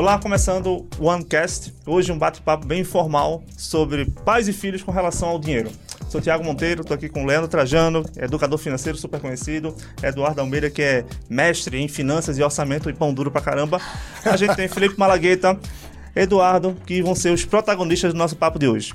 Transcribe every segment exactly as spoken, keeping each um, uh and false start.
Olá, começando o OneCast. Hoje um bate-papo bem informal sobre pais e filhos com relação ao dinheiro. Sou Thiago Monteiro, estou aqui com o Leandro Trajano, educador financeiro super conhecido, Eduardo Almeida, que é mestre em finanças e orçamento e pão duro pra caramba. A gente tem Felipe Malagueta, Eduardo, que vão ser os protagonistas do nosso papo de hoje.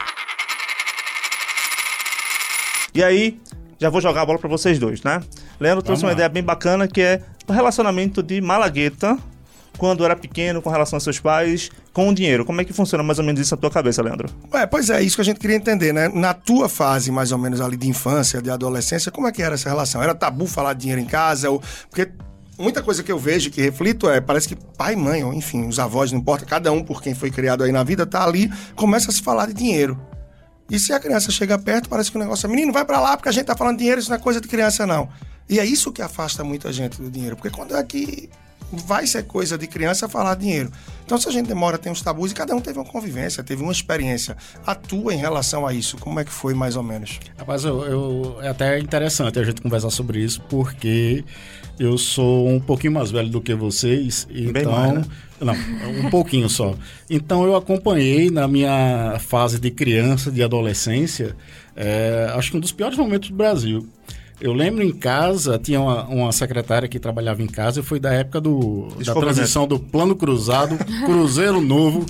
E aí, já vou jogar a bola para vocês dois, né? Leandro trouxe uma ideia bem bacana, que é o relacionamento de Malagueta quando era pequeno, com relação aos seus pais, com o dinheiro. Como é que funciona mais ou menos isso na tua cabeça, Leandro? Ué, pois é, isso que a gente queria entender, né? Na tua fase, mais ou menos ali de infância, de adolescência, como é que era essa relação? Era tabu falar de dinheiro em casa? Ou... Porque muita coisa que eu vejo, que reflito, é, parece que pai, mãe, ou enfim, os avós, não importa, cada um por quem foi criado aí na vida, tá ali, começa a se falar de dinheiro. E se a criança chega perto, parece que o negócio é, menino, vai pra lá, porque a gente tá falando de dinheiro, isso não é coisa de criança, não. E é isso que afasta muita gente do dinheiro, porque quando é que vai ser coisa de criança falar de dinheiro. Então, se a gente demora, tem uns tabus, e cada um teve uma convivência, teve uma experiência. A tua em relação a isso, como é que foi, mais ou menos? Rapaz, eu, eu, é até interessante a gente conversar sobre isso, porque eu sou um pouquinho mais velho do que vocês, então... Bem mais, né? Não, um pouquinho só. Então, eu acompanhei na minha fase de criança, de adolescência, é, acho que um dos piores momentos do Brasil. Eu lembro em casa, tinha uma, uma secretária que trabalhava em casa, foi da época do, da transição do Plano Cruzado, Cruzeiro Novo,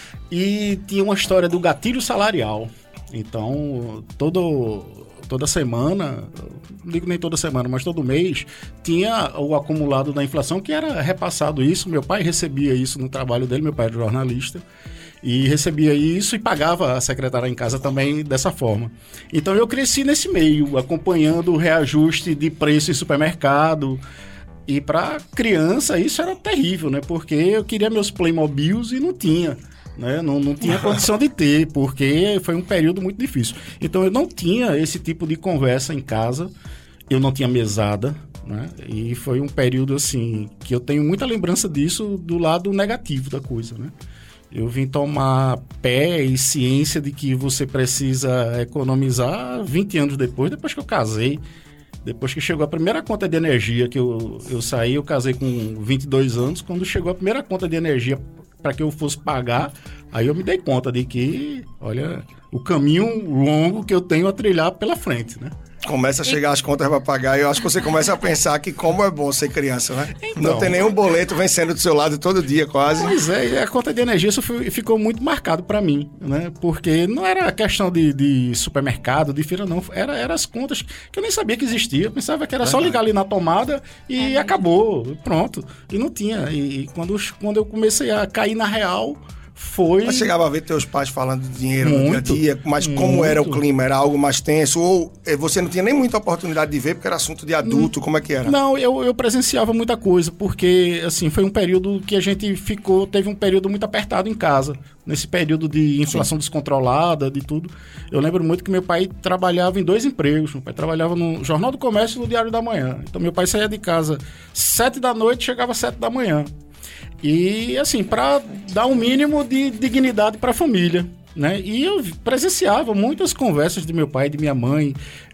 e tinha uma história do gatilho salarial. Então, todo, toda semana, não digo nem toda semana, mas todo mês, tinha o acumulado da inflação, que era repassado isso. Meu pai recebia isso no trabalho dele, meu pai era jornalista, e recebia isso e pagava a secretária em casa também dessa forma. Então eu cresci nesse meio, acompanhando o reajuste de preço em supermercado. E para criança isso era terrível, né? Porque eu queria meus Playmobils e não tinha. Né? Não, não tinha condição de ter, porque foi um período muito difícil. Então eu não tinha esse tipo de conversa em casa, eu não tinha mesada, né? E foi um período assim, que eu tenho muita lembrança disso do lado negativo da coisa, né? Eu vim tomar pé e ciência de que você precisa economizar vinte anos depois, depois que eu casei. Depois que chegou a primeira conta de energia que eu, eu saí, eu casei com vinte e dois anos. Quando chegou a primeira conta de energia para que eu fosse pagar, aí eu me dei conta de que, olha, o caminho longo que eu tenho a trilhar pela frente, né? Começa a chegar as contas para pagar e eu acho que você começa a pensar que como é bom ser criança, né? Então, não tem nenhum boleto vencendo do seu lado todo dia, quase. Pois é, e a conta de energia isso foi, ficou muito marcado para mim, né? Porque não era questão de, de supermercado, de feira, não. Era, era as contas que eu nem sabia que existia. Eu pensava que era só ligar ali na tomada e é acabou, pronto. E não tinha. E, e quando, quando eu comecei a cair na real... Foi... Mas chegava a ver teus pais falando de dinheiro muito, no dia a dia, mas como muito. Era o clima? Era algo mais tenso? Ou você não tinha nem muita oportunidade de ver porque era assunto de adulto? Como é que era? Não, eu, eu presenciava muita coisa, porque assim, foi um período que a gente ficou, teve um período muito apertado em casa, nesse período de inflação Sim. descontrolada, de tudo. Eu lembro muito que meu pai trabalhava em dois empregos. Meu pai trabalhava no Jornal do Comércio e no Diário da Manhã. Então meu pai saía de casa sete da noite e chegava às sete da manhã. E, assim, para dar um mínimo de dignidade para a família, né? E eu presenciava muitas conversas de meu pai e de minha mãe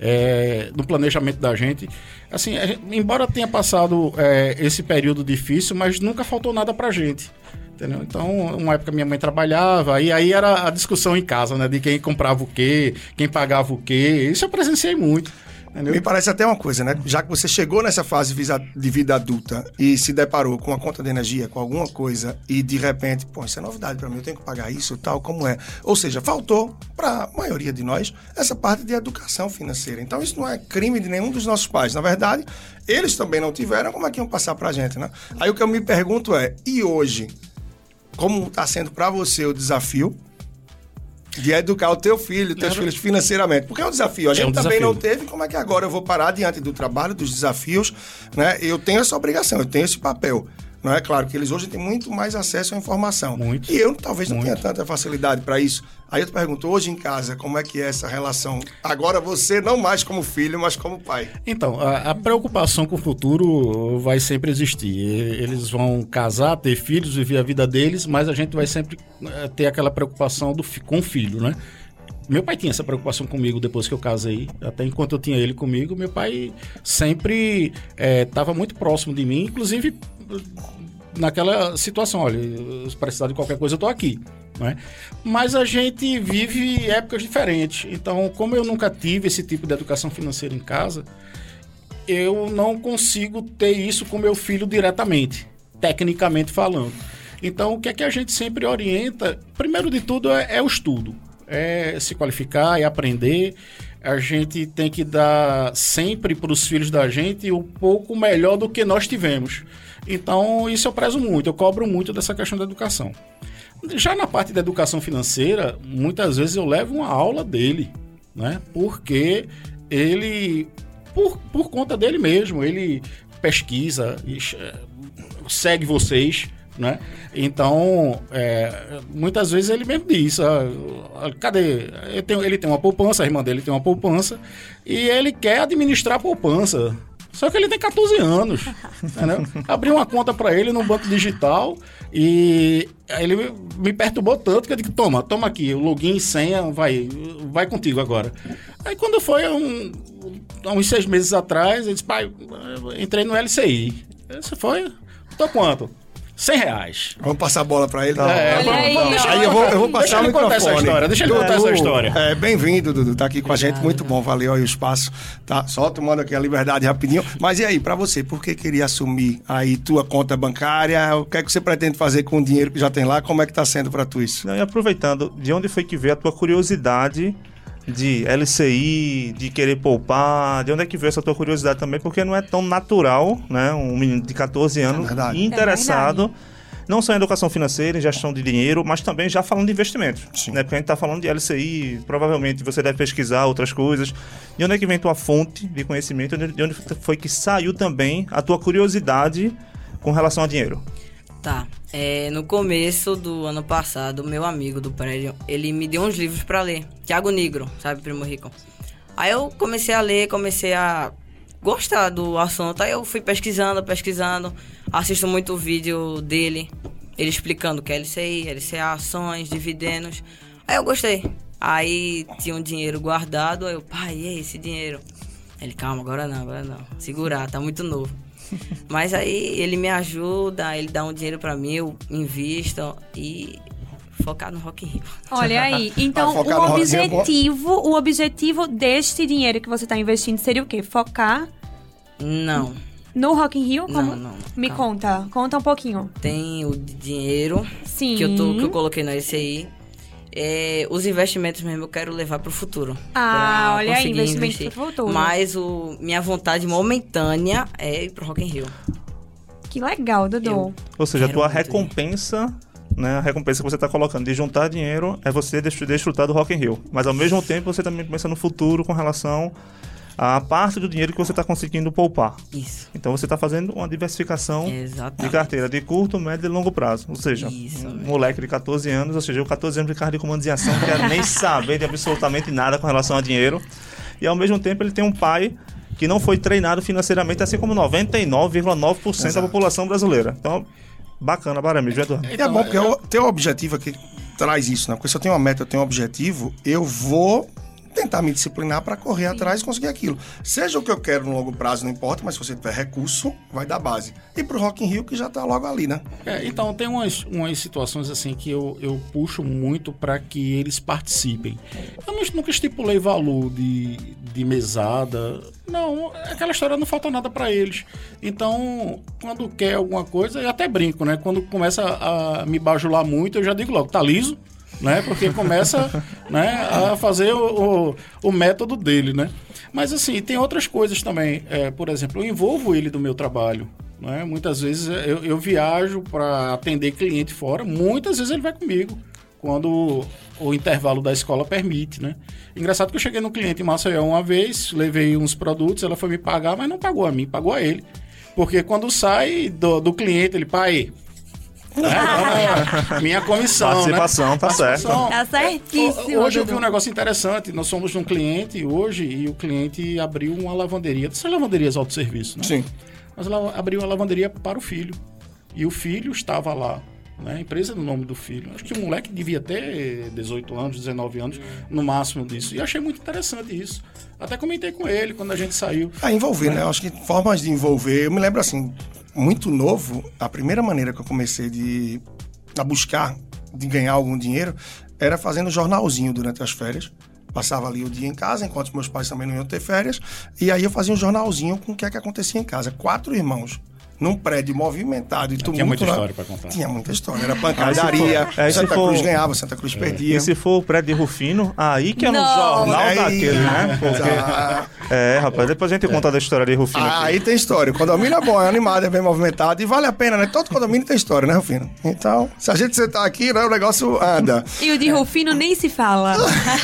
é, no planejamento da gente. Assim, a gente, embora tenha passado é, esse período difícil, mas nunca faltou nada para a gente. Entendeu? Então, uma época minha mãe trabalhava, e aí era a discussão em casa, né? De quem comprava o quê, quem pagava o quê. Isso eu presenciei muito. Entendeu? Me parece até uma coisa, né? Já que você chegou nessa fase de vida adulta e se deparou com a conta de energia, com alguma coisa, e de repente, pô, isso é novidade para mim, eu tenho que pagar isso, tal, como é. Ou seja, faltou para a maioria de nós essa parte de educação financeira. Então, isso não é crime de nenhum dos nossos pais. Na verdade, eles também não tiveram, como é que iam passar para a gente, né? Aí o que eu me pergunto é, e hoje, como está sendo para você o desafio de educar o teu filho, teus filhos financeiramente? Porque é um desafio. A gente é um também desafio. Não teve. Como é que agora eu vou parar diante do trabalho, dos desafios, né? Eu tenho essa obrigação, eu tenho esse papel. Não é claro que eles hoje têm muito mais acesso à informação. Muito. E eu talvez não muito. tenha tanta facilidade para isso. Aí eu te pergunto, hoje em casa, como é que é essa relação? Agora você, não mais como filho, mas como pai. Então, a, a preocupação com o futuro vai sempre existir. Eles vão casar, ter filhos, viver a vida deles, mas a gente vai sempre ter aquela preocupação do, com o filho, né? Meu pai tinha essa preocupação comigo depois que eu casei. Até enquanto eu tinha ele comigo, meu pai sempre estava é, muito próximo de mim. Inclusive, naquela situação, olha, se precisar de qualquer coisa, eu estou aqui. Né? Mas a gente vive épocas diferentes. Então, como eu nunca tive esse tipo de educação financeira em casa, eu não consigo ter isso com meu filho diretamente, tecnicamente falando. Então, o que é que a gente sempre orienta? Primeiro de tudo é, é o estudo, é se qualificar, é aprender. A gente tem que dar sempre para os filhos da gente um pouco melhor do que nós tivemos. Então, isso eu prezo muito, eu cobro muito dessa questão da educação. Já na parte da educação financeira, muitas vezes eu levo uma aula dele, né? Porque ele, por, por conta dele mesmo, ele pesquisa, segue vocês, né? Então, é, muitas vezes ele mesmo diz, ah, cadê? Ele tem, ele tem uma poupança, a irmã dele tem uma poupança, e ele quer administrar a poupança. Só que ele tem catorze anos, entendeu? Abri uma conta para ele no banco digital e ele me perturbou tanto que eu digo, toma, toma aqui, o login e senha, vai, vai contigo agora. Aí quando foi um, há uns seis meses atrás, ele disse, pai, entrei no L C I. Isso foi, tô quanto? cem reais. Vamos passar a bola para ele. É, vamos, aí, vamos. aí eu vou, eu vou passar o microfone. Essa história. Deixa ele contar essa história. É, bem-vindo, Dudu. Tá aqui com Obrigado. a gente. Muito bom. Valeu aí o espaço. Tá? Só tomando aqui a liberdade rapidinho. Mas e aí, para você, por que queria assumir aí tua conta bancária? O que é que você pretende fazer com o dinheiro que já tem lá? Como é que tá sendo para tu isso? Não, e aproveitando, de onde foi que veio a tua curiosidade de L C I, de querer poupar? De onde é que veio essa tua curiosidade também? Porque não é tão natural, né? Um menino de catorze anos é interessado... É não só em educação financeira, em gestão de dinheiro, mas também já falando de investimentos. Né? Porque a gente está falando de L C I, provavelmente você deve pesquisar outras coisas. De onde é que vem tua fonte de conhecimento? De onde foi que saiu também a tua curiosidade com relação a dinheiro? Tá. É, no começo do ano passado, meu amigo do prédio, ele me deu uns livros para ler. Thiago Negro, sabe, Primo Rico? Aí eu comecei a ler, comecei a gostar do assunto. Aí eu fui pesquisando, pesquisando. Assisto muito o vídeo dele, ele explicando o que é L C I, L C A, ações, dividendos. Aí eu gostei. Aí tinha um dinheiro guardado, aí eu, pai, e aí, esse dinheiro? Ele, calma, agora não, agora não. Segurar, tá muito novo. Mas aí ele me ajuda, ele dá um dinheiro pra mim, eu invisto e focar no Rock in Rio. Olha aí, então o objetivo, o objetivo deste dinheiro que você tá investindo seria o quê? Focar? Não. No Rock in Rio? Como? Não, não. Me calma. conta, conta um pouquinho. Tem o dinheiro Sim. Que, eu tô, que eu coloquei no L C I. É, os investimentos mesmo eu quero levar pro futuro. Ah, olha aí, investimento investir. pro futuro. Mas o, minha vontade momentânea é ir pro Rock in Rio. Que legal, Dudu. Ou seja, a tua recompensa... Né, a recompensa que você está colocando de juntar dinheiro é você desfrutar do Rock in Rio. Mas ao mesmo tempo você também pensa no futuro com relação à parte do dinheiro que você está conseguindo poupar. Isso. Então você está fazendo uma diversificação Exatamente. de carteira de curto, médio e longo prazo. Ou seja, Isso, um mesmo. moleque de catorze anos, ou seja, eu catorze anos de carro de comandos em ação, não quero nem saber de absolutamente nada com relação a dinheiro. E ao mesmo tempo ele tem um pai que não foi treinado financeiramente, assim como noventa e nove vírgula nove por cento da população brasileira. Então, bacana, Baramir, Eduardo. E é bom, porque o teu objetivo aqui traz isso, né? Porque se eu tenho uma meta, eu tenho um objetivo, eu vou tentar me disciplinar para correr Sim. atrás e conseguir aquilo. Seja o que eu quero no longo prazo, não importa, mas se você tiver recurso, vai dar base. E pro Rock in Rio, que já tá logo ali, né? É, então, tem umas, umas situações assim que eu, eu puxo muito para que eles participem. Eu nunca estipulei valor de, de mesada. Não, aquela história não falta nada para eles. Então, quando quer alguma coisa, eu até brinco, né? Quando começa a me bajular muito, eu já digo logo, tá liso? Né? Porque começa né, a fazer o, o, o método dele, né? Mas assim, tem outras coisas também. É, por exemplo, eu envolvo ele do meu trabalho. Né? Muitas vezes eu, eu viajo para atender cliente fora, muitas vezes ele vai comigo, quando o intervalo da escola permite, né? Engraçado que eu cheguei no cliente em Maceió uma vez, levei uns produtos, ela foi me pagar, mas não pagou a mim, pagou a ele. Porque quando sai do, do cliente, ele, pai... É, minha comissão, participação, né? tá participação. certo. Tá certíssimo. Hoje eu vi um negócio interessante. Nós somos um cliente hoje e o cliente abriu uma lavanderia. São lavanderias autosserviço, né? Sim. Mas ela abriu uma lavanderia para o filho. E o filho estava lá Né? A empresa no nome do filho. Acho que o moleque devia ter dezoito anos, dezenove anos, no máximo disso. E achei muito interessante isso. Até comentei com ele quando a gente saiu. Ah, envolver, né? né? Eu acho que formas de envolver... Eu me lembro, assim, muito novo, a primeira maneira que eu comecei de, a buscar, de ganhar algum dinheiro, era fazendo jornalzinho durante as férias. Passava ali o dia em casa, enquanto meus pais também não iam ter férias. E aí eu fazia um jornalzinho com o que é que acontecia em casa. Quatro irmãos. Num prédio movimentado e tumulto. Tinha muita lá. história para contar. Tinha muita história. Era pancadaria, é, Santa for, Cruz ganhava, Santa Cruz perdia. E se for o prédio de Rufino, aí que é no Não. jornal Aí, daquele, né? Porque... É, rapaz, depois a gente é. conta da história de Rufino. Ah, aqui. aí tem história. O condomínio é bom, é animado, é bem movimentado e vale a pena, né? Todo condomínio tem história, né, Rufino? Então, se a gente sentar aqui, né, o negócio anda. E o de Rufino nem se fala.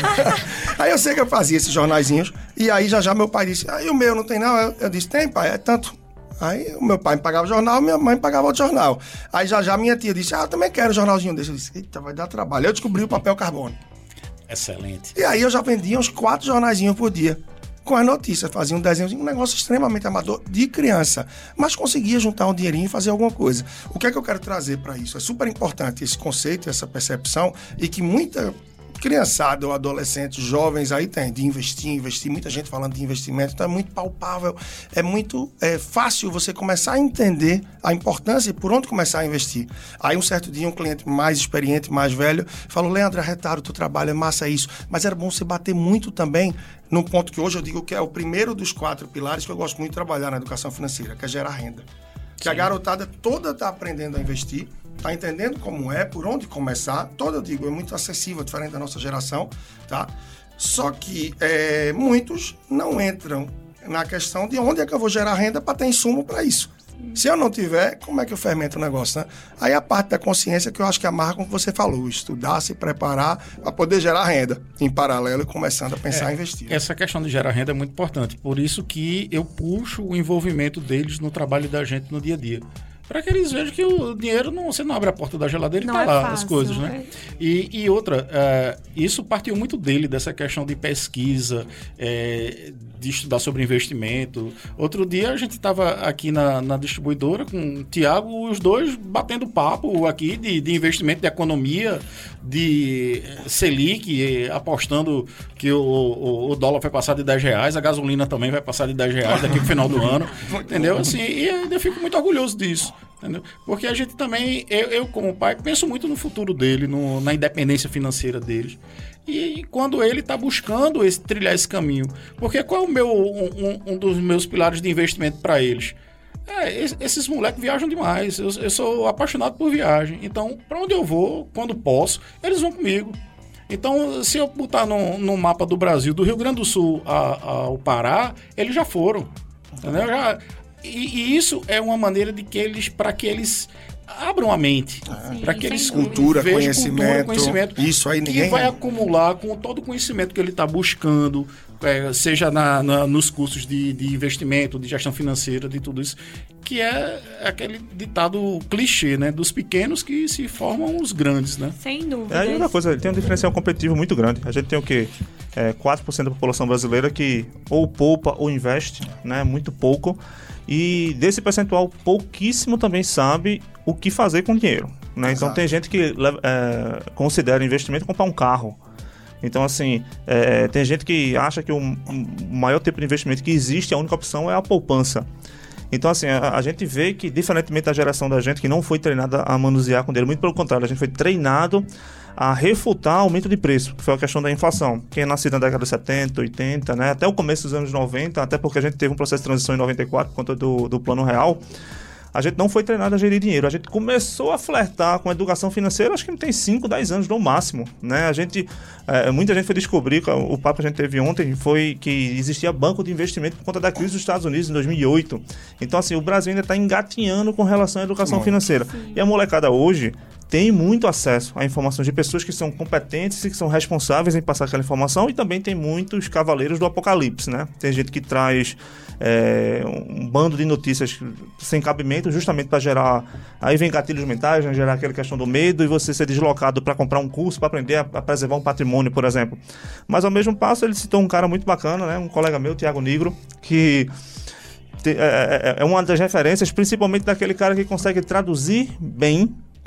Aí eu sei que eu fazia esses jornaizinhos e aí já já meu pai disse, aí ah, o meu não tem não? Eu, eu disse, tem, pai, é tanto. Aí o meu pai me pagava o jornal, minha mãe me pagava outro jornal. Aí já já minha tia disse, ah, eu também quero um jornalzinho desse. Eu disse, eita, vai dar trabalho. Eu descobri o papel carbono. Excelente. E aí eu já vendia uns quatro jornaizinhos por dia. Com as notícias, fazia um desenho, um negócio extremamente amador de criança. Mas conseguia juntar um dinheirinho e fazer alguma coisa. O que é que eu quero trazer para isso? É super importante esse conceito, essa percepção, e que muita criançada ou adolescentes, jovens aí tem, de investir, investir, muita gente falando de investimento, então é muito palpável, é muito é, fácil você começar a entender a importância e por onde começar a investir. Aí um certo dia um cliente mais experiente, mais velho, falou, Leandro, é retado, teu trabalho é massa isso, mas era bom você bater muito também num ponto que hoje eu digo que é o primeiro dos quatro pilares que eu gosto muito de trabalhar na educação financeira, que é gerar renda. Que Sim. a garotada toda está aprendendo a investir, está entendendo como é, por onde começar. Toda, eu digo, é muito acessível, diferente da nossa geração, tá? Só que é, muitos não entram na questão de onde é que eu vou gerar renda para ter insumo para isso. Se eu não tiver, como é que eu fermento o negócio, né? Aí a parte da consciência que eu acho que amarra com o que você falou, estudar, se preparar para poder gerar renda, em paralelo e começando a pensar é, em investir. Essa questão de gerar renda é muito importante, por isso que eu puxo o envolvimento deles no trabalho da gente no dia a dia. Para que eles vejam que o dinheiro, não, você não abre a porta da geladeira e não tá é lá fácil, as coisas, né? E, e outra, uh, isso partiu muito dele, dessa questão de pesquisa, é, de estudar sobre investimento. Outro dia a gente estava aqui na, na distribuidora com o Tiago, os dois batendo papo aqui de, de investimento, de economia, de Selic, apostando que o, o, o dólar vai passar de dez reais, a gasolina também vai passar de dez reais daqui pro final do ano, entendeu? Assim, e eu fico muito orgulhoso disso. Entendeu? Porque a gente também, eu, eu como pai, penso muito no futuro dele, no, na independência financeira deles. E, e quando ele está buscando esse, trilhar esse caminho. Porque qual é o meu, um, um dos meus pilares de investimento para eles? É, esses moleques viajam demais. Eu, eu sou apaixonado por viagem. Então, para onde eu vou, quando posso, eles vão comigo. Então, se eu botar no, no mapa do Brasil, do Rio Grande do Sul a, ao Pará, eles já foram. Entendeu? Já... E, e isso é uma maneira de que eles, para que eles abram a mente, para que eles cultura, vejam conhecimento, cultura, conhecimento, isso aí ninguém que vai acumular com todo o conhecimento que ele está buscando, é, seja na, na, nos cursos de, de investimento, de gestão financeira, de tudo isso, que é aquele ditado clichê, né, dos pequenos que se formam os grandes, né? Sem dúvida. É, e outra coisa, tem um diferencial competitivo muito grande. A gente tem o quê? É, quatro por cento da população brasileira que ou poupa ou investe, né, muito pouco. E desse percentual, pouquíssimo também sabe o que fazer com o dinheiro, né? Então tem gente que é, considera investimento comprar um carro. Então, assim, é, tem gente que acha que o maior tipo de investimento que existe, a única opção é a poupança. Então, assim, a, a gente vê que, diferentemente da geração da gente, que não foi treinada a manusear com dinheiro, muito pelo contrário, a gente foi treinado a refutar aumento de preço, que foi a questão da inflação. Quem é nascido na década de setenta, oitenta, né, até o começo dos anos noventa, até porque a gente teve um processo de transição em noventa e quatro por conta do, do Plano Real, a gente não foi treinado a gerir dinheiro. A gente começou a flertar com a educação financeira, acho que não tem cinco, dez anos no máximo, né? A gente, é, muita gente foi descobrir, o papo que a gente teve ontem foi que existia banco de investimento por conta da crise dos Estados Unidos em dois mil e oito. Então, assim, o Brasil ainda está engatinhando com relação à educação Sim. financeira. Sim. E a molecada hoje tem muito acesso a informações de pessoas que são competentes e que são responsáveis em passar aquela informação, e também tem muitos cavaleiros do apocalipse, né? Tem gente que traz é, um bando de notícias sem cabimento justamente para gerar... Aí vem gatilhos mentais, né? Gerar aquela questão do medo e você ser deslocado para comprar um curso, para aprender a, a preservar um patrimônio, por exemplo. Mas ao mesmo passo ele citou um cara muito bacana, né? Um colega meu, Tiago Nigro, que... É, é uma das referências, principalmente daquele cara que consegue traduzir bem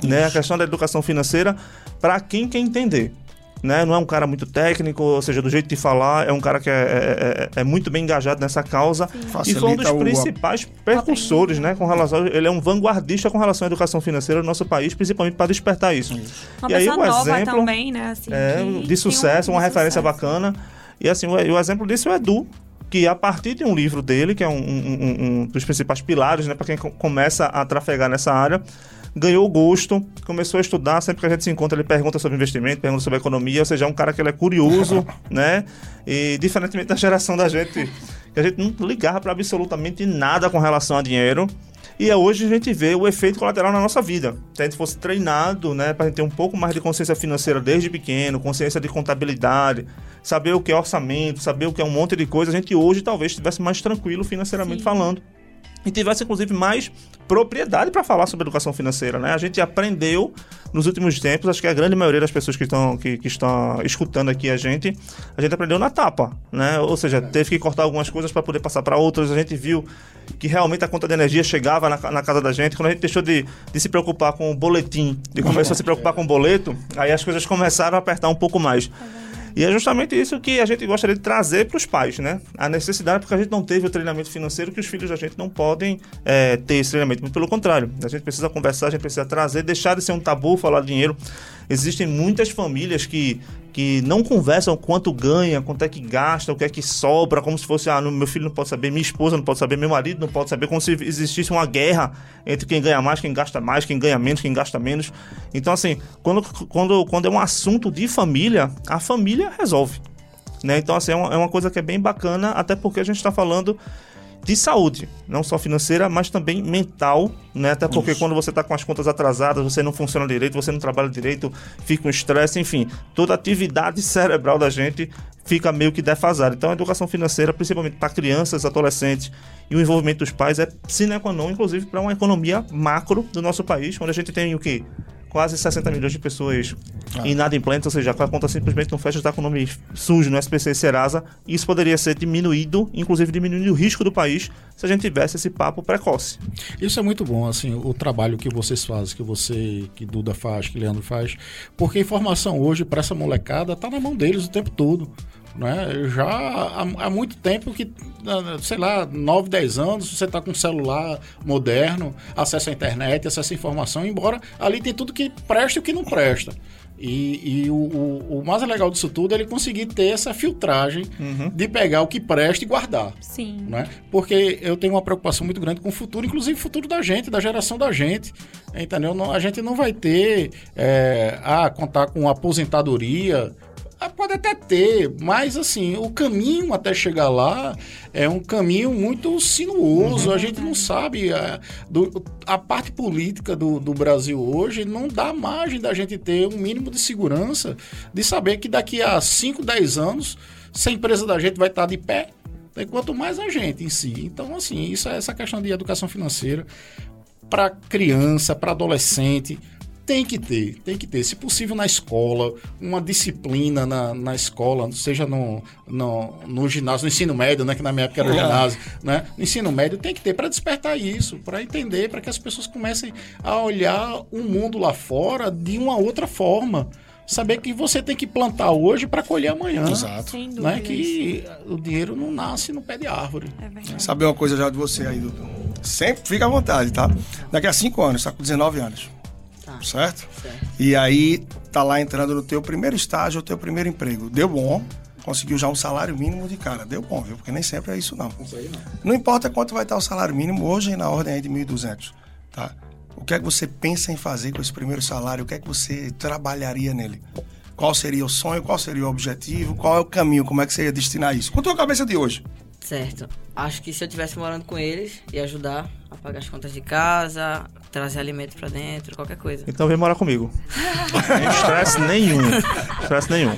né? A questão da educação financeira para quem quer entender. Né? Não é um cara muito técnico, ou seja, do jeito de falar, é um cara que é, é, é muito bem engajado nessa causa. E foi um dos principais precursores, né? Com relação, ele é um vanguardista com relação à educação financeira do nosso país, principalmente para despertar isso. Uma e aí o nova exemplo também, né? Assim, é, de sucesso, um, uma de referência sucesso. bacana. E assim, o, o exemplo disso é o Edu, que a partir de um livro dele, que é um, um, um dos principais pilares, né, para quem começa a trafegar nessa área, ganhou gosto, começou a estudar, sempre que a gente se encontra ele pergunta sobre investimento, pergunta sobre economia, ou seja, é um cara que ele é curioso, né, e diferentemente da geração da gente, que a gente não ligava para absolutamente nada com relação a dinheiro, e hoje a gente vê o efeito colateral na nossa vida. Se a gente fosse treinado, né, para a gente ter um pouco mais de consciência financeira desde pequeno, consciência de contabilidade, saber o que é orçamento, saber o que é um monte de coisa, a gente hoje talvez estivesse mais tranquilo financeiramente Sim. falando. E tivesse, inclusive, mais propriedade para falar sobre educação financeira, né? A gente aprendeu nos últimos tempos, acho que a grande maioria das pessoas que estão, que, que estão escutando aqui a gente, a gente aprendeu na tapa, né? Ou seja, teve que cortar algumas coisas para poder passar para outras. A gente viu que realmente a conta de energia chegava na, na casa da gente. Quando a gente deixou de, de se preocupar com o boletim e começou a se preocupar com o boleto, aí as coisas começaram a apertar um pouco mais. E é justamente isso que a gente gostaria de trazer para os pais, né? A necessidade, porque a gente não teve o treinamento financeiro, que os filhos da gente não podem é, ter esse treinamento. Muito pelo contrário, a gente precisa conversar, a gente precisa trazer, deixar de ser um tabu falar de dinheiro. Existem muitas famílias que, que não conversam quanto ganha, quanto é que gasta, o que é que sobra, como se fosse, ah, meu filho não pode saber, minha esposa não pode saber, meu marido não pode saber, como se existisse uma guerra entre quem ganha mais, quem gasta mais, quem ganha menos, quem gasta menos. Então, assim, quando, quando, quando é um assunto de família, a família resolve, né? Então, assim, é uma, é uma coisa que é bem bacana, até porque a gente está falando de saúde, não só financeira, mas também mental, né? Até porque Isso. quando você está com as contas atrasadas, você não funciona direito, você não trabalha direito, fica um estresse, enfim, toda a atividade cerebral da gente fica meio que defasada. Então a educação financeira, principalmente para crianças, adolescentes e o envolvimento dos pais é sine qua non, inclusive para uma economia macro do nosso país, onde a gente tem o quê? Quase sessenta milhões de pessoas ah. inadimplentes, ou seja, a conta simplesmente não fecha, está com o nome sujo no S P C e Serasa. Isso poderia ser diminuído, inclusive diminuindo o risco do país, se a gente tivesse esse papo precoce. Isso é muito bom, assim, o trabalho que vocês fazem, que você, que Duda faz, que Leandro faz, porque a informação hoje para essa molecada está na mão deles o tempo todo. Né? Já há, há muito tempo que, sei lá, nove, dez anos, você está com um celular moderno, acesso à internet, acesso à informação, embora ali tem tudo que presta e o que não presta. E, e o, o, o mais legal disso tudo é ele conseguir ter essa filtragem uhum. de pegar o que presta e guardar. Sim. Né? Porque eu tenho uma preocupação muito grande com o futuro, inclusive o futuro da gente, da geração da gente. Entendeu? Não, a gente não vai ter é, a contar com aposentadoria. Pode até ter, mas assim, o caminho até chegar lá é um caminho muito sinuoso. Uhum. A gente não sabe. A, do, a parte política do, do Brasil hoje não dá margem da gente ter um mínimo de segurança de saber que daqui a cinco, dez anos, se a empresa da gente vai estar de pé, quanto mais a gente em si. Então, assim, isso é essa questão de educação financeira para criança, para adolescente. Tem que ter, tem que ter, se possível na escola, uma disciplina na, na escola, seja no, no, no ginásio, no ensino médio, né, que na minha época era o ginásio, né, no ensino médio tem que ter para despertar isso, para entender, para que as pessoas comecem a olhar o mundo lá fora de uma outra forma. Saber que você tem que plantar hoje para colher amanhã. Exato. Sem dúvida, né? Que o dinheiro não nasce no pé de árvore. É verdade. Saber uma coisa já de você aí, Dudu. Sempre fica à vontade, tá? Daqui a cinco anos, tá com dezenove anos. Certo? Certo? E aí tá lá entrando no teu primeiro estágio, o teu primeiro emprego. Deu bom, conseguiu já um salário mínimo de cara. Deu bom, viu? Porque nem sempre é isso não. Não sei, não. Não importa quanto vai estar o salário mínimo, hoje na ordem aí de mil e duzentos, tá? O que é que você pensa em fazer com esse primeiro salário? O que é que você trabalharia nele? Qual seria o sonho? Qual seria o objetivo? Qual é o caminho? Como é que você ia destinar isso? Com a tua cabeça de hoje. Certo. Acho que se eu estivesse morando com eles, ia ajudar a pagar as contas de casa, trazer alimento pra dentro, qualquer coisa. Então vem morar comigo. Sem estresse nenhum. Estresse nenhum.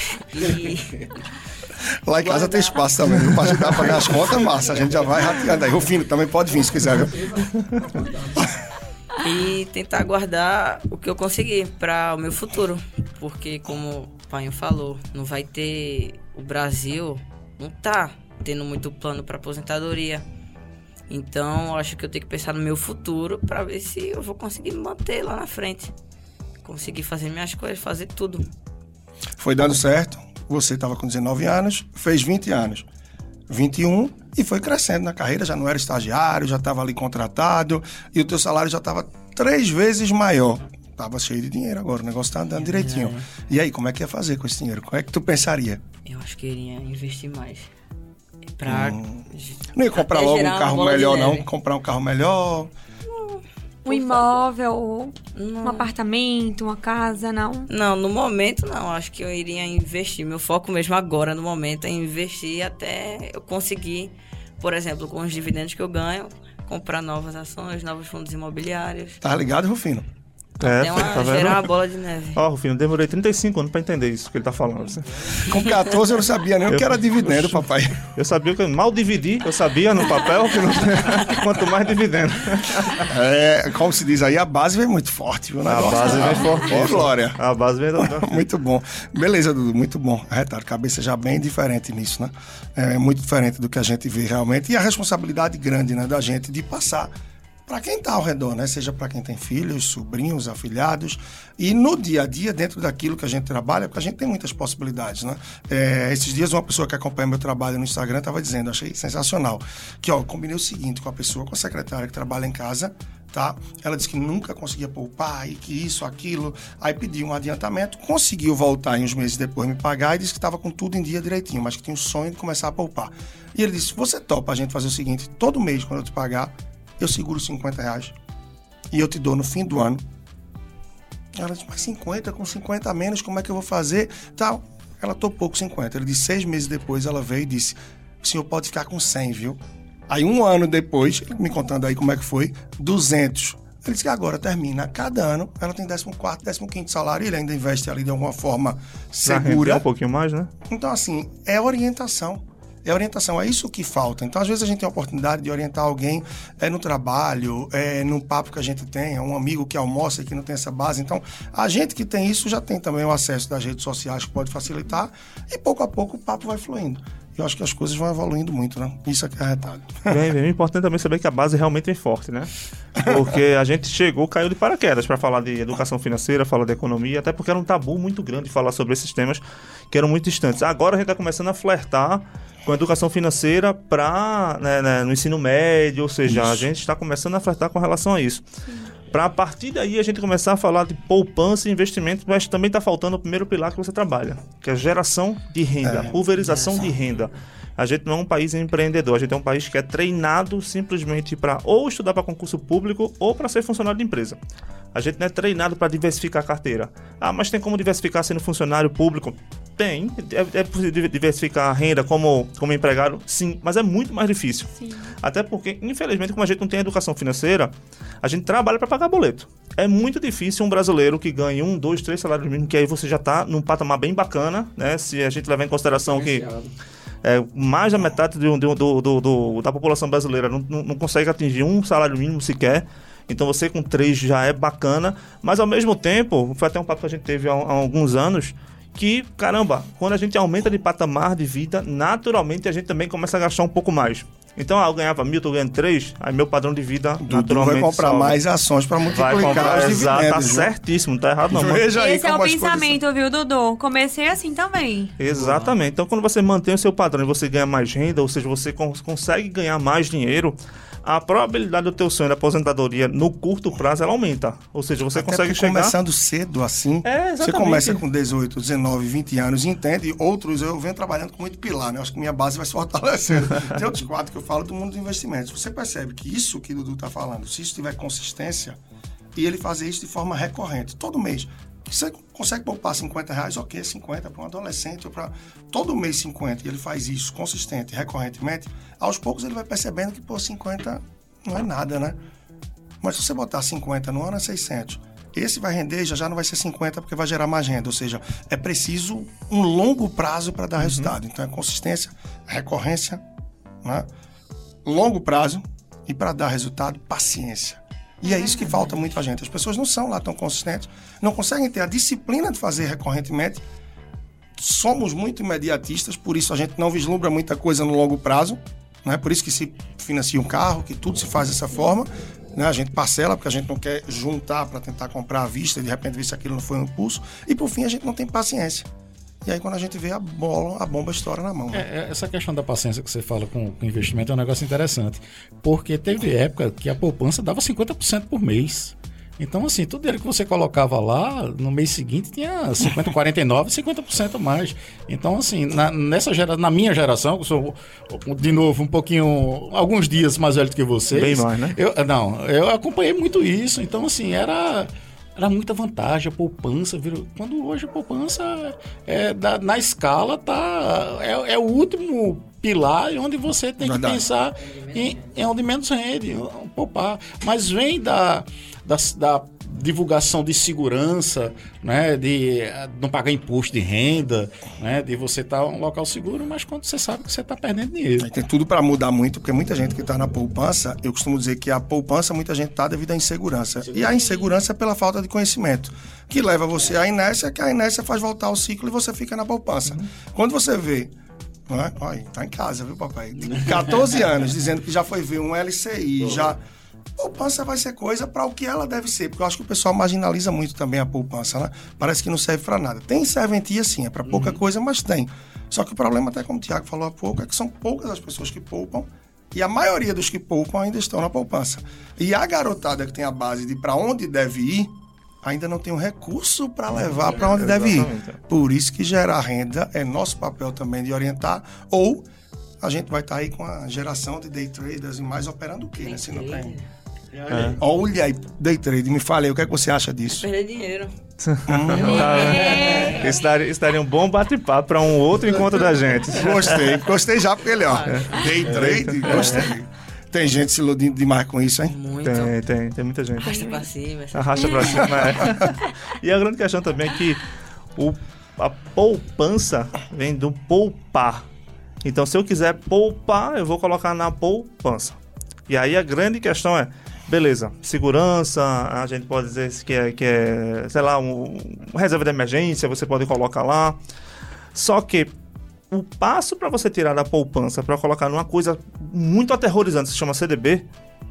E... Lá em casa tem espaço também, viu? Pra ajudar a pagar as contas, massa. A gente já vai rateando aí. Rufino também pode vir se quiser, viu? E tentar guardar o que eu conseguir para o meu futuro. Porque, como o pai falou, não vai ter... O Brasil não tá tendo muito plano para aposentadoria. Então, acho que eu tenho que pensar no meu futuro para ver se eu vou conseguir me manter lá na frente. Conseguir fazer minhas coisas, fazer tudo. Foi dando certo. Você estava com dezenove anos, fez vinte anos. vinte e um e foi crescendo na carreira, já não era estagiário, já estava ali contratado e o teu salário já estava três vezes maior. Tava cheio de dinheiro agora, o negócio tá andando é, direitinho. É. E aí, como é que ia fazer com esse dinheiro? Como é que tu pensaria? Eu acho que iria investir mais. Pra... Hum. Não ia comprar logo um carro melhor, não? Comprar um carro melhor? Não. Um imóvel, não. Um apartamento, uma casa, não? Não, no momento não. Acho que eu iria investir. Meu foco mesmo agora, no momento, é investir até eu conseguir, por exemplo, com os dividendos que eu ganho, comprar novas ações, novos fundos imobiliários. Tá ligado, Rufino? É, Tem uma, tá gerar uma bola de neve. Ó, oh, Rufino, demorei trinta e cinco anos pra entender isso que ele tá falando. Com quatorze eu não sabia nem o que era dividendo, eu, papai. Eu sabia que eu mal dividi, eu sabia no papel que não... quanto mais dividendo. É, como se diz aí, a base vem muito forte, viu? A base vem forte. Ó, Glória. A base vem... Muito bom. Beleza, Dudu, muito bom. Retardo, cabeça já bem diferente nisso, né? É muito diferente do que a gente vê realmente. E a responsabilidade grande, né, da gente de passar para quem está ao redor, né? Seja para quem tem filhos, sobrinhos, afilhados. E no dia a dia, dentro daquilo que a gente trabalha, porque a gente tem muitas possibilidades, né? É, esses dias, uma pessoa que acompanha meu trabalho no Instagram estava dizendo, achei sensacional, que, ó, combinei o seguinte com a pessoa, com a secretária que trabalha em casa, tá? Ela disse que nunca conseguia poupar e que isso, aquilo. Aí pediu um adiantamento, conseguiu voltar em uns meses depois me pagar e disse que estava com tudo em dia direitinho, mas que tinha um sonho de começar a poupar. E ele disse, você topa a gente fazer o seguinte, todo mês, quando eu te pagar, eu seguro cinquenta reais e eu te dou no fim do ano. Ela disse, mas cinquenta, com cinquenta a menos, como é que eu vou fazer? Tal. Ela topou com cinquenta. Ele disse, seis meses depois, ela veio e disse, o senhor pode ficar com cem, viu? Aí um ano depois, me contando aí como é que foi, duzentos. Ele disse que agora termina. Cada ano, ela tem décimo quarto, décimo quinto salário e ele ainda investe ali de alguma forma segura. Um pouquinho mais, né? Então, assim, é orientação. É orientação, é isso que falta. Então, às vezes, a gente tem a oportunidade de orientar alguém é, no trabalho, é, num papo que a gente tem, é um amigo que almoça e que não tem essa base. Então, a gente que tem isso já tem também o acesso das redes sociais que pode facilitar e, pouco a pouco, o papo vai fluindo. Eu acho que as coisas vão evoluindo muito, né? Isso aqui é arretado. Bem, bem, é importante também saber que a base realmente é forte, né? Porque a gente chegou, caiu de paraquedas para falar de educação financeira, falar de economia, até porque era um tabu muito grande falar sobre esses temas que eram muito distantes. Agora a gente está começando a flertar com a educação financeira para né, né, no ensino médio, ou seja, isso. A gente está começando a flertar com relação a isso. Para a partir daí a gente começar a falar de poupança e investimento, mas também está faltando o primeiro pilar que você trabalha, que é a geração de renda, é, pulverização é, de renda. A gente não é um país empreendedor, a gente é um país que é treinado simplesmente para ou estudar para concurso público ou para ser funcionário de empresa. A gente não é treinado para diversificar a carteira. Ah, mas tem como diversificar sendo funcionário público? Tem. É, é possível diversificar a renda como, como empregado? Sim, mas é muito mais difícil. Sim. Até porque, infelizmente, como a gente não tem educação financeira, a gente trabalha para pagar boleto. É muito difícil um brasileiro que ganhe um, dois, três salários mínimos, que aí você já está num patamar bem bacana, né? Se a gente levar em consideração que é, mais da metade do, do, do, do, do, da população brasileira não, não, não consegue atingir um salário mínimo sequer. Então você com três já é bacana, mas ao mesmo tempo, foi até um papo que a gente teve há, há alguns anos, que, caramba, quando a gente aumenta de patamar de vida, naturalmente a gente também começa a gastar um pouco mais. Então, ah, eu ganhava mil, tô ganhando três, aí meu padrão de vida Dudu naturalmente vai comprar sobe. Mais ações para multiplicar vai comprar, os dividendos. Exato, tá viu? Certíssimo, não tá errado não. Veja aí. Esse é o pensamento, coisas... viu, Dudu? Comecei assim também. Exatamente. Então, quando você mantém o seu padrão e você ganha mais renda, ou seja, você cons- consegue ganhar mais dinheiro, a probabilidade do teu sonho de aposentadoria no curto prazo, ela aumenta. Ou seja, você Até consegue chegar... começando cedo assim, é, você começa com dezoito, dezenove, vinte anos, entende? Outros, eu venho trabalhando com muito pilar, né? Acho que minha base vai se fortalecendo. Tem outros quatro que eu falo do mundo dos investimentos. Você percebe que isso que o Dudu está falando, se isso tiver consistência, e ele fazer isso de forma recorrente, todo mês, você consegue poupar cinquenta reais, ok, cinquenta para um adolescente, ou para todo mês cinquenta, e ele faz isso consistente, recorrentemente, aos poucos ele vai percebendo que, pô, cinquenta não é nada, né? Mas se você botar cinquenta no ano, é seiscentos. Esse vai render, já já não vai ser cinquenta, porque vai gerar mais renda, ou seja, é preciso um longo prazo para dar uhum. resultado. Então é consistência, recorrência, né? Longo prazo, e para dar resultado, paciência. E é isso que falta muito a gente. As pessoas não são lá tão consistentes, não conseguem ter a disciplina de fazer recorrentemente. Somos muito imediatistas, por isso a gente não vislumbra muita coisa no longo prazo, Não é por isso que se financia um carro, que tudo se faz dessa forma. Né? A gente parcela, porque a gente não quer juntar para tentar comprar à vista e de repente ver se aquilo não foi um impulso. E por fim, a gente não tem paciência. E aí quando a gente vê a bola, a bomba estoura na mão. Né? É, essa questão da paciência que você fala com, com investimento é um negócio interessante. Porque teve época que a poupança dava cinquenta por cento por mês. Então, assim, todo dinheiro que você colocava lá, no mês seguinte tinha cinquenta, quarenta e nove, cinquenta por cento mais. Então, assim, na, nessa gera, na minha geração, que sou, de novo, um pouquinho, alguns dias mais velho do que vocês. Bem mais, né? Eu, não, eu acompanhei muito isso. Então, assim, era... Era muita vantagem, a poupança, virou, quando hoje a poupança é, da, na escala tá, é, é o último pilar onde você tem Verdade. que pensar em, em onde menos rende, poupar. Mas vem da, da, da divulgação de segurança, né, de não pagar imposto de renda, né, de você estar em um local seguro, mas quando você sabe que você está perdendo dinheiro. Tem tudo para mudar muito, porque muita gente que está na poupança, eu costumo dizer que a poupança muita gente está devido à insegurança. E a insegurança é pela falta de conhecimento, que leva você à inércia, que a inércia faz voltar o ciclo e você fica na poupança. Uhum. Quando você vê, não é? Olha, tá em casa, viu, papai? De catorze anos, dizendo que já foi ver um L C I, já... Poupança vai ser coisa para o que ela deve ser, porque eu acho que o pessoal marginaliza muito também a poupança, né? Parece que não serve para nada. Tem serventia, sim, é para pouca uhum. coisa, mas tem. Só que o problema, até como o Tiago falou há pouco, é que são poucas as pessoas que poupam e a maioria dos que poupam ainda estão na poupança. E a garotada que tem a base de para onde deve ir, ainda não tem um recurso para levar para onde deve ir. Por isso que gerar renda é nosso papel também de orientar, ou a gente vai estar aí com a geração de day traders e mais operando o quê, né? Se não tem... É. Olha aí, day trade, me fale aí, o que é que você acha disso? Perder dinheiro. É. Isso, daria, isso daria um bom bate-papo para um outro encontro da gente. Gostei, gostei já, porque ele, ó, day trade, gostei. Tem gente se iludindo demais com isso, hein? Muito. Tem, tem, tem muita gente. Arrasta pra cima. Arrasta pra cima, é. E a grande questão também é que o, a poupança vem do poupar. Então, se eu quiser poupar, eu vou colocar na poupança. E aí a grande questão é, beleza, segurança, a gente pode dizer que é, que é sei lá, um, uma reserva de emergência, você pode colocar lá. Só que o passo para você tirar da poupança para colocar numa coisa muito aterrorizante, se chama C D B,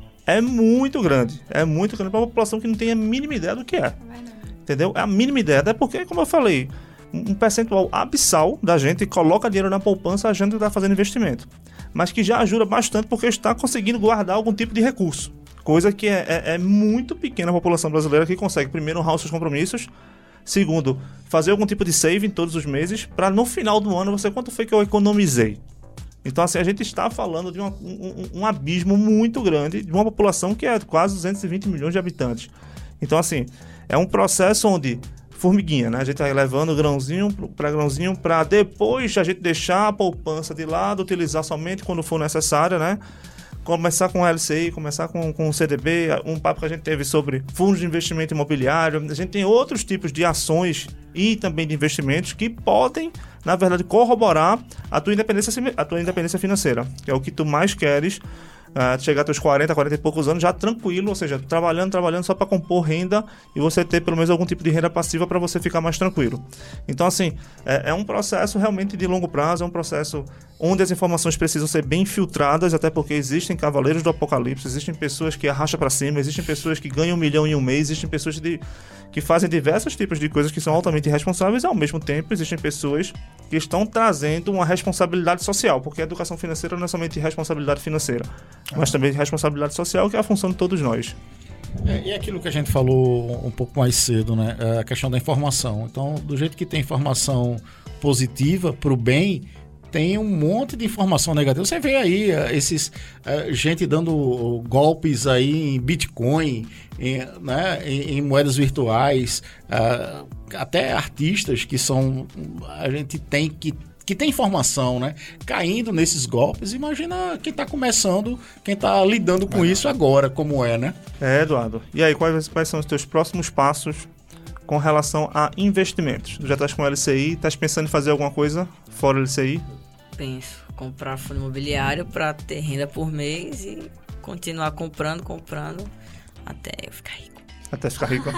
é muito grande. É muito grande para a população que não tem a mínima ideia do que é. Entendeu? É a mínima ideia, até porque, como eu falei, um percentual abissal da gente coloca dinheiro na poupança, a gente está fazendo investimento. Mas que já ajuda bastante porque está conseguindo guardar algum tipo de recurso. Coisa que é, é, é muito pequena a população brasileira que consegue, primeiro, honrar os seus compromissos. Segundo, fazer algum tipo de saving todos os meses para no final do ano você, quanto foi que eu economizei? Então, assim, a gente está falando de uma, um, um abismo muito grande de uma população que é quase duzentos e vinte milhões de habitantes. Então, assim, é um processo onde... formiguinha, né? A gente vai levando grãozinho para grãozinho para depois a gente deixar a poupança de lado, utilizar somente quando for necessário, né? Começar com L C I, começar com, com C D B, um papo que a gente teve sobre fundos de investimento imobiliário. A gente tem outros tipos de ações e também de investimentos que podem, na verdade, corroborar a tua independência, a tua independência financeira, que é o que tu mais queres. Uh, chegar aos teus quarenta, quarenta e poucos anos já tranquilo, ou seja, trabalhando, trabalhando só para compor renda e você ter pelo menos algum tipo de renda passiva para você ficar mais tranquilo. Então, assim, é, é um processo realmente de longo prazo, é um processo onde as informações precisam ser bem filtradas, até porque existem cavaleiros do apocalipse, existem pessoas que arrastam para cima, existem pessoas que ganham um milhão em um mês, existem pessoas de, que fazem diversos tipos de coisas que são altamente irresponsáveis, e ao mesmo tempo existem pessoas que estão trazendo uma responsabilidade social, porque a educação financeira não é somente responsabilidade financeira, mas também responsabilidade social, que é a função de todos nós. É, e aquilo que a gente falou um pouco mais cedo, né? A questão da informação. Então, do jeito que tem informação positiva para o bem, tem um monte de informação negativa. Você vê aí uh, esses uh, gente dando golpes aí em Bitcoin, em, né, em, em moedas virtuais, uh, até artistas que são... A gente tem que que tem informação, né? Caindo nesses golpes. Imagina quem está começando, quem está lidando com isso agora, como é, né? É, Eduardo. E aí, quais, quais são os teus próximos passos com relação a investimentos? Tu já estás com L C I, estás pensando em fazer alguma coisa fora L C I? Penso. Comprar fundo imobiliário para ter renda por mês e continuar comprando, comprando, até eu ficar rico. Até ficar rico.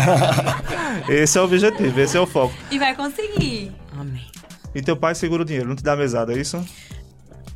Esse é o objetivo, esse é o foco. E vai conseguir. Amém. E teu pai segura o dinheiro, não te dá mesada, é isso? Ele não me dá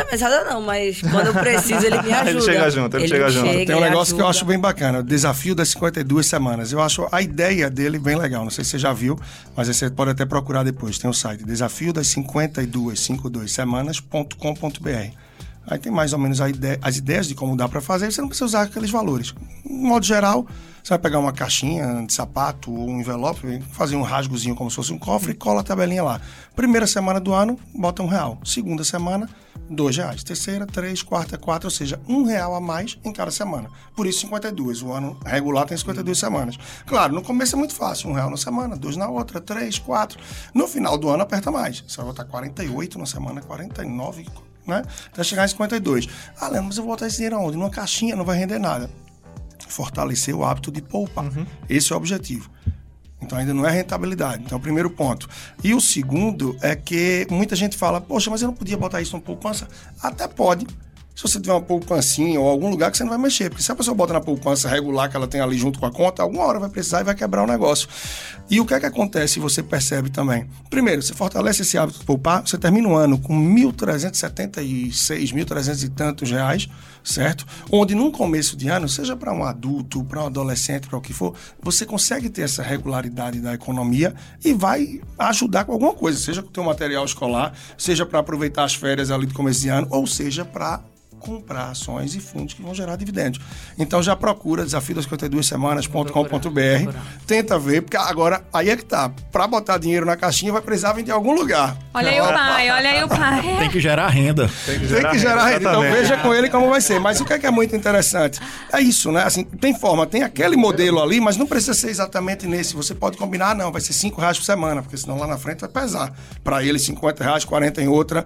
mesada não, mas quando eu preciso ele me ajuda. Ele chega junto, ele, ele chega junto. Chega, tem um negócio que eu acho bem bacana, o desafio das cinquenta e duas semanas. Eu acho a ideia dele bem legal, não sei se você já viu, mas você pode até procurar depois, tem o site desafio das cinquenta e duas, cinquenta e duas semanas ponto com ponto b r. Aí tem mais ou menos a ideia, as ideias de como dá para fazer, você não precisa usar aqueles valores. De modo geral, você vai pegar uma caixinha de sapato ou um envelope, fazer um rasgozinho como se fosse um cofre e cola a tabelinha lá. Primeira semana do ano, bota um real. Segunda semana, dois reais. Terceira, três, quarta, quatro, ou seja, um real a mais em cada semana. Por isso, cinquenta e duas. O ano regular tem cinquenta e duas semanas. Claro, no começo é muito fácil. Um real na semana, dois na outra, três, quatro. No final do ano, aperta mais. Você vai botar quarenta e oito na semana, quarenta e nove, né? Até chegar em cinquenta e dois. Ah, Leandro, mas eu vou botar esse dinheiro aonde? Numa caixinha, não vai render nada. Fortalecer o hábito de poupar. Uhum. Esse é o objetivo. Então ainda não é rentabilidade. Então, o primeiro ponto. E o segundo é que muita gente fala, poxa, mas eu não podia botar isso na poupança? Até pode. Se você tiver uma poupancinha ou algum lugar que você não vai mexer. Porque se a pessoa bota na poupança regular que ela tem ali junto com a conta, alguma hora vai precisar e vai quebrar o negócio. E o que é que acontece, você percebe também? Primeiro, você fortalece esse hábito de poupar, você termina o ano com mil trezentos e setenta e seis, mil e trezentos e tantos reais, certo? Onde num começo de ano, seja para um adulto, para um adolescente, para o que for, você consegue ter essa regularidade da economia e vai ajudar com alguma coisa, seja com o teu material escolar, seja para aproveitar as férias ali do começo de ano, ou seja para comprar ações e fundos que vão gerar dividendos. Então já procura desafio das cinquenta e duas semanas ponto com ponto b r, tenta ver, porque agora aí é que tá, para botar dinheiro na caixinha vai precisar vender em algum lugar. Olha aí o pai, olha aí o pai. Tem que gerar renda. Tem que gerar, tem que gerar renda, renda. Então veja com ele como vai ser. Mas o que é que é muito interessante? É isso, né? Assim, tem forma, tem aquele modelo ali, mas não precisa ser exatamente nesse. Você pode combinar, não, vai ser cinco reais por semana, porque senão lá na frente vai pesar. Para ele cinquenta reais, quarenta em outra.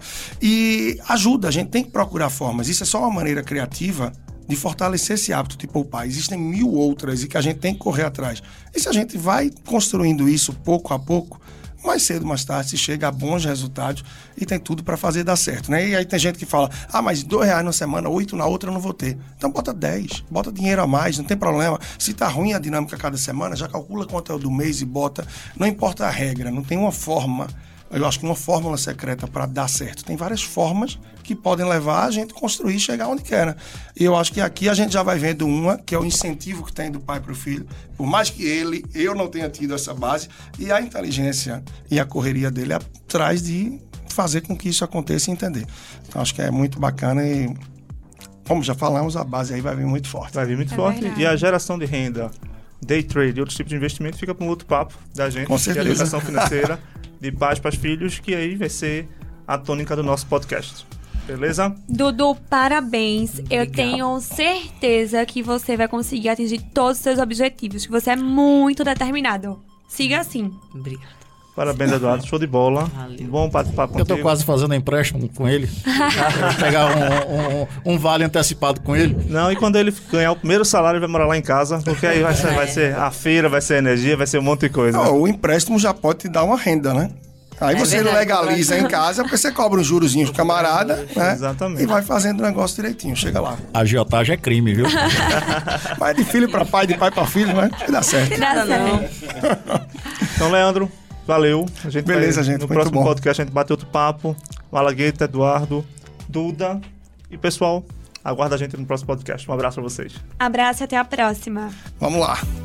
E ajuda, a gente tem que procurar formas. Isso é só uma maneira criativa de fortalecer esse hábito de poupar. Existem mil outras e que a gente tem que correr atrás. E se a gente vai construindo isso pouco a pouco, mais cedo, mais tarde, se chega a bons resultados e tem tudo para fazer dar certo, né? E aí tem gente que fala, ah, mas dois reais na semana, oito na outra eu não vou ter. Então bota dez, bota dinheiro a mais, não tem problema. Se tá ruim a dinâmica cada semana, já calcula quanto é o do mês e bota. Não importa a regra, não tem uma forma. Eu acho que uma fórmula secreta para dar certo. Tem várias formas que podem levar a gente a construir e chegar onde quer, né? E eu acho que aqui a gente já vai vendo uma, que é o incentivo que tem do pai para o filho. Por mais que ele, eu não tenha tido essa base, e a inteligência e a correria dele atrás de fazer com que isso aconteça e entender. Então acho que é muito bacana e, como já falamos, a base aí vai vir muito forte. Vai vir muito é forte. Verdade. E a geração de renda, day trade e outros tipos de investimento fica para um outro papo da gente. Com certeza. Que é a educação financeira de pais para os filhos, que aí vai ser a tônica do nosso podcast. Beleza? Dudu, parabéns. Obrigado. Eu tenho certeza que você vai conseguir atingir todos os seus objetivos, que você é muito determinado. Siga assim. Obrigado. Parabéns, Eduardo. Show de bola. Valeu. Bom bate-papo Eu contigo. tô quase fazendo empréstimo com ele. Vou pegar um, um, um vale antecipado com ele. Não, e quando ele ganhar o primeiro salário, ele vai morar lá em casa, porque aí vai ser, vai ser a feira, vai ser a energia, vai ser um monte de coisa. Não, o empréstimo já pode te dar uma renda, né? Aí É você verdade, legaliza em casa, porque você cobra um jurozinho pro camarada, né? Exatamente. E vai fazendo o negócio direitinho, chega lá. A agiotagem é crime, viu? Vai de filho para pai, de pai para filho, né? Vai dar certo. Dá Não. certo. Então, Leandro, valeu. A gente Beleza, vai, gente, no muito próximo bom. podcast a gente bate outro papo. Malagueta, Eduardo, Duda. E, pessoal, aguarda a gente no próximo podcast. Um abraço pra vocês. Abraço e até a próxima. Vamos lá.